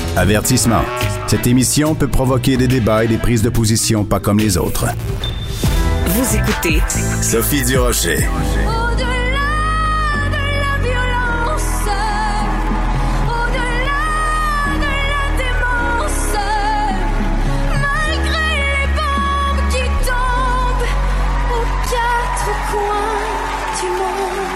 Avertissement. Cette émission peut provoquer des débats et des prises de position pas comme les autres. Vous écoutez Sophie Durocher. Au-delà de la violence, au-delà de la démence, malgré les bombes qui tombent aux quatre coins du monde.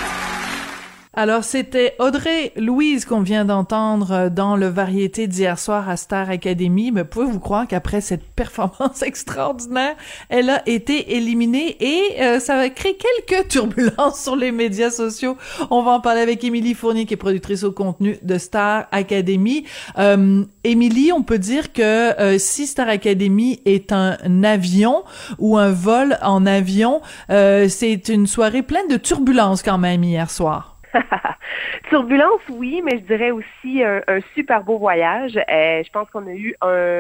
Alors, c'était Audrey Louise qu'on vient d'entendre dans le Variété d'hier soir à Star Academy. Mais pouvez-vous croire qu'après cette performance extraordinaire, elle a été éliminée et ça a créé quelques turbulences sur les médias sociaux. On va en parler avec Émilie Fournier, qui est productrice au contenu de Star Academy. Émilie, on peut dire que si Star Academy est un avion ou un vol en avion, c'est une soirée pleine de turbulences quand même hier soir. Turbulence, oui, mais je dirais aussi un super beau voyage. Je pense qu'on a eu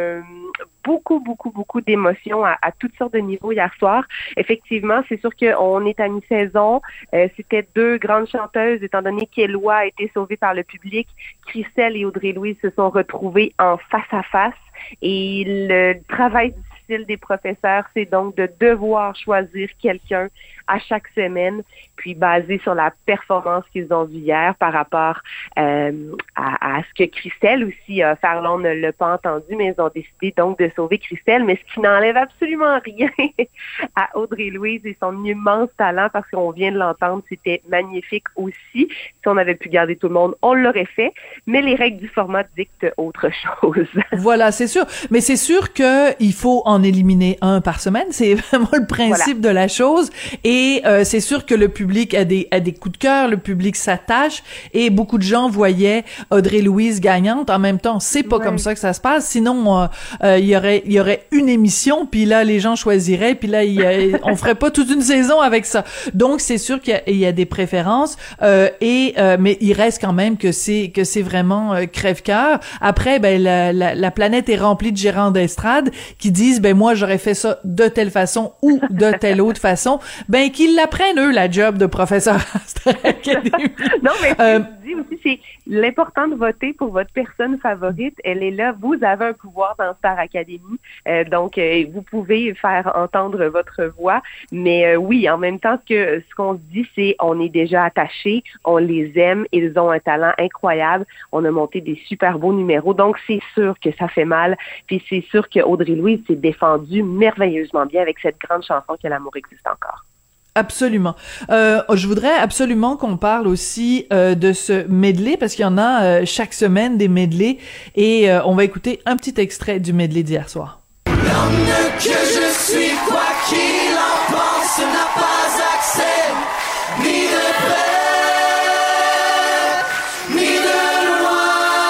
beaucoup d'émotions à toutes sortes de niveaux hier soir. Effectivement, c'est sûr qu'on est à mi-saison. C'était deux grandes chanteuses, étant donné qu'Éloi a été sauvée par le public. Christelle et Audrey Louise se sont retrouvées en face à face. Et le travail difficile des professeurs, c'est donc de devoir choisir quelqu'un à chaque semaine, puis basé sur la performance qu'ils ont vue hier par rapport à ce que Christelle aussi a fait. On ne l'a pas entendu, mais ils ont décidé donc de sauver Christelle, mais ce qui n'enlève absolument rien à Audrey Louise et son immense talent, parce qu'on vient de l'entendre, c'était magnifique aussi. Si on avait pu garder tout le monde, on l'aurait fait, mais les règles du format dictent autre chose. Voilà, c'est sûr. Mais c'est sûr qu'il faut en éliminer un par semaine. C'est vraiment le principe de la chose. Et c'est sûr que le public a des coups de cœur, le public s'attache et beaucoup de gens voyaient Audrey Louise gagnante. En même temps, c'est pas comme ça que ça se passe. Sinon, il y aurait une émission, puis là, les gens choisiraient, puis là, on ferait pas toute une saison avec ça. Donc, c'est sûr qu'il y a des préférences, mais il reste quand même que c'est vraiment crève-cœur. Après, ben la planète est remplie de gérants d'estrade qui disent, ben moi, j'aurais fait ça de telle façon ou de telle autre façon. Ben qu'ils l'apprennent, eux, la job de professeur à Star Academy. Non, mais ce que je dis aussi, c'est l'important de voter pour votre personne favorite. Elle est là. Vous avez un pouvoir dans Star Academy. Donc, vous pouvez faire entendre votre voix. Mais oui, en même temps, ce qu'on se dit, c'est on est déjà attachés, on les aime, ils ont un talent incroyable. On a monté des super beaux numéros. Donc, c'est sûr que ça fait mal. Puis c'est sûr que Audrey Louise s'est défendue merveilleusement bien avec cette grande chanson que l'amour existe encore. Absolument. Je voudrais absolument qu'on parle aussi de ce medley, parce qu'il y en a chaque semaine des medleys, et on va écouter un petit extrait du medley d'hier soir. L'homme que je suis, quoi qu'il en pense, n'a pas accès ni de près, ni de loin.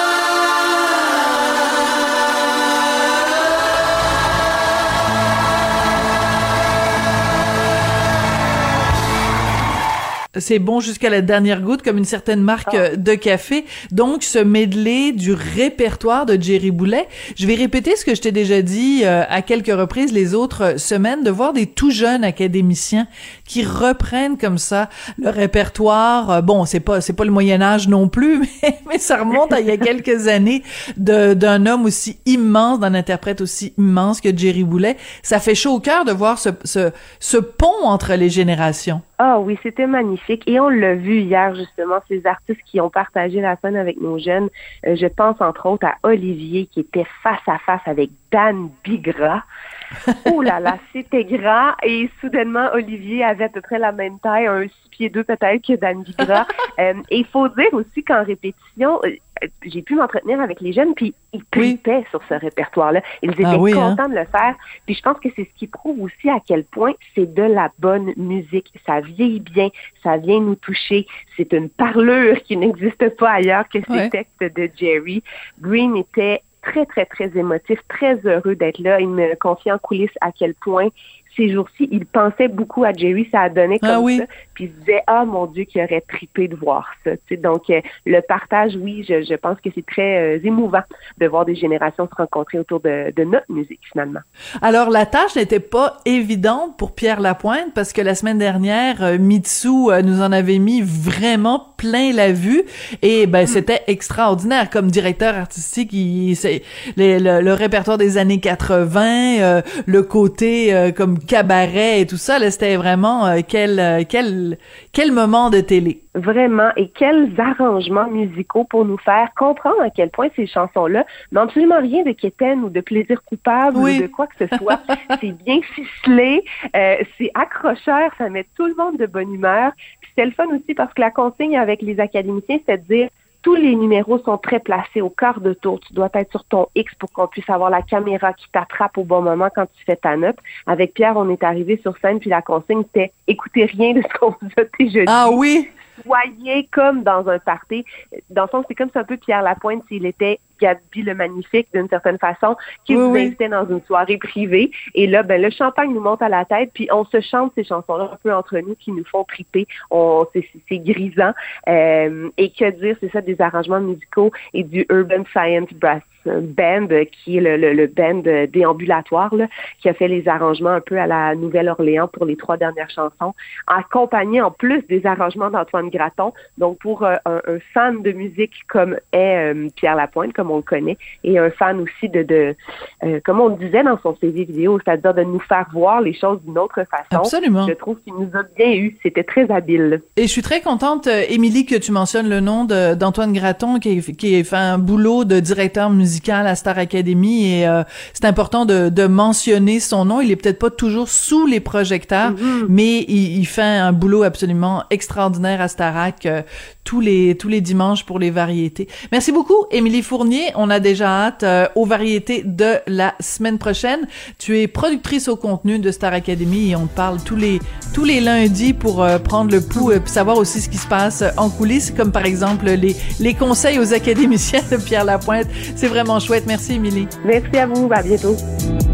C'est bon jusqu'à la dernière goutte, comme une certaine marque de café. Donc, ce medley du répertoire de Jerry Boulet. Je vais répéter ce que je t'ai déjà dit à quelques reprises les autres semaines, de voir des tout jeunes académiciens qui reprennent comme ça le répertoire. Bon, c'est pas le Moyen-Âge non plus, mais ça remonte à il y a quelques années d'un homme aussi immense, d'un interprète aussi immense que Jerry Boulet. Ça fait chaud au cœur de voir ce pont entre les générations. Ah oui, c'était magnifique. Et on l'a vu hier, justement, ces artistes qui ont partagé la scène avec nos jeunes. Je pense, entre autres, à Olivier, qui était face à face avec Dan Bigra. Oh là là, c'était grand. Et soudainement, Olivier avait à peu près la même taille, un 6'2" peut-être que Dan Bigra. Et il faut dire aussi qu'en répétition, j'ai pu m'entretenir avec les jeunes, puis ils tripaient sur ce répertoire-là. Ils étaient contents de le faire. Puis je pense que c'est ce qui prouve aussi à quel point c'est de la bonne musique. Ça vieillit bien, ça vient nous toucher. C'est une parlure qui n'existe pas ailleurs que ces textes de Jerry. Green était très, très, très émotif, très heureux d'être là. Il me confie en coulisses à quel point ces jours-ci, il pensait beaucoup à Jerry, ça a donné comme ça. Puis il se disait, ah mon Dieu, qu'il aurait trippé de voir ça. Tu sais, donc, le partage, oui, je pense que c'est très émouvant de voir des générations se rencontrer autour de notre musique, finalement. Alors, la tâche n'était pas évidente pour Pierre Lapointe, parce que la semaine dernière, Mitsou nous en avait mis vraiment plein la vue, et c'était extraordinaire comme directeur artistique. Le répertoire des années 80, le côté comme cabaret et tout ça, là, c'était vraiment quel moment de télé. Vraiment, et quels arrangements musicaux pour nous faire comprendre à quel point ces chansons-là n'ont absolument rien de quétaine ou de plaisir coupable ou de quoi que ce soit. C'est bien ficelé, c'est accrocheur, ça met tout le monde de bonne humeur. Puis c'est le fun aussi parce que la consigne avec les académiciens, c'est de dire tous les numéros sont très placés au quart de tour. Tu dois être sur ton X pour qu'on puisse avoir la caméra qui t'attrape au bon moment quand tu fais ta note. Avec Pierre, on est arrivé sur scène, puis la consigne était « Écoutez rien de ce qu'on vous a déjà dit. » Ah oui? Soyez comme dans un party. Dans le fond, c'est comme ça un peu Pierre Lapointe s'il était Gatsby le Magnifique, d'une certaine façon, qui vous invitait dans une soirée privée. Et là, le champagne nous monte à la tête, puis on se chante ces chansons-là un peu entre nous qui nous font triper. C'est grisant. Et que dire, c'est ça, des arrangements musicaux et du Urban Science Brass Band, qui est le band déambulatoire, là, qui a fait les arrangements un peu à la Nouvelle-Orléans pour les 3 dernières chansons, accompagné en plus des arrangements d'Antoine Graton. Donc, pour un fan de musique comme est Pierre Lapointe, comme on le connaît, et un fan aussi comme on le disait dans son CV vidéo, c'est-à-dire de nous faire voir les choses d'une autre façon. Absolument. Je trouve qu'il nous a bien eu. C'était très habile. Et je suis très contente, Émilie, que tu mentionnes le nom d'Antoine Graton, qui a fait un boulot de directeur musical à Star Academy, et c'est important de mentionner son nom. Il est peut-être pas toujours sous les projecteurs, mais il fait un boulot absolument extraordinaire à Starac tous les dimanches pour les variétés. Merci beaucoup, Émilie Fournier. On a déjà hâte aux variétés de la semaine prochaine. Tu es productrice au contenu de Star Academy et on te parle tous les lundis pour prendre le pouls et savoir aussi ce qui se passe en coulisses, comme par exemple les conseils aux académiciens de Pierre Lapointe. C'est vraiment chouette. Merci, Émilie. Merci à vous. À bientôt.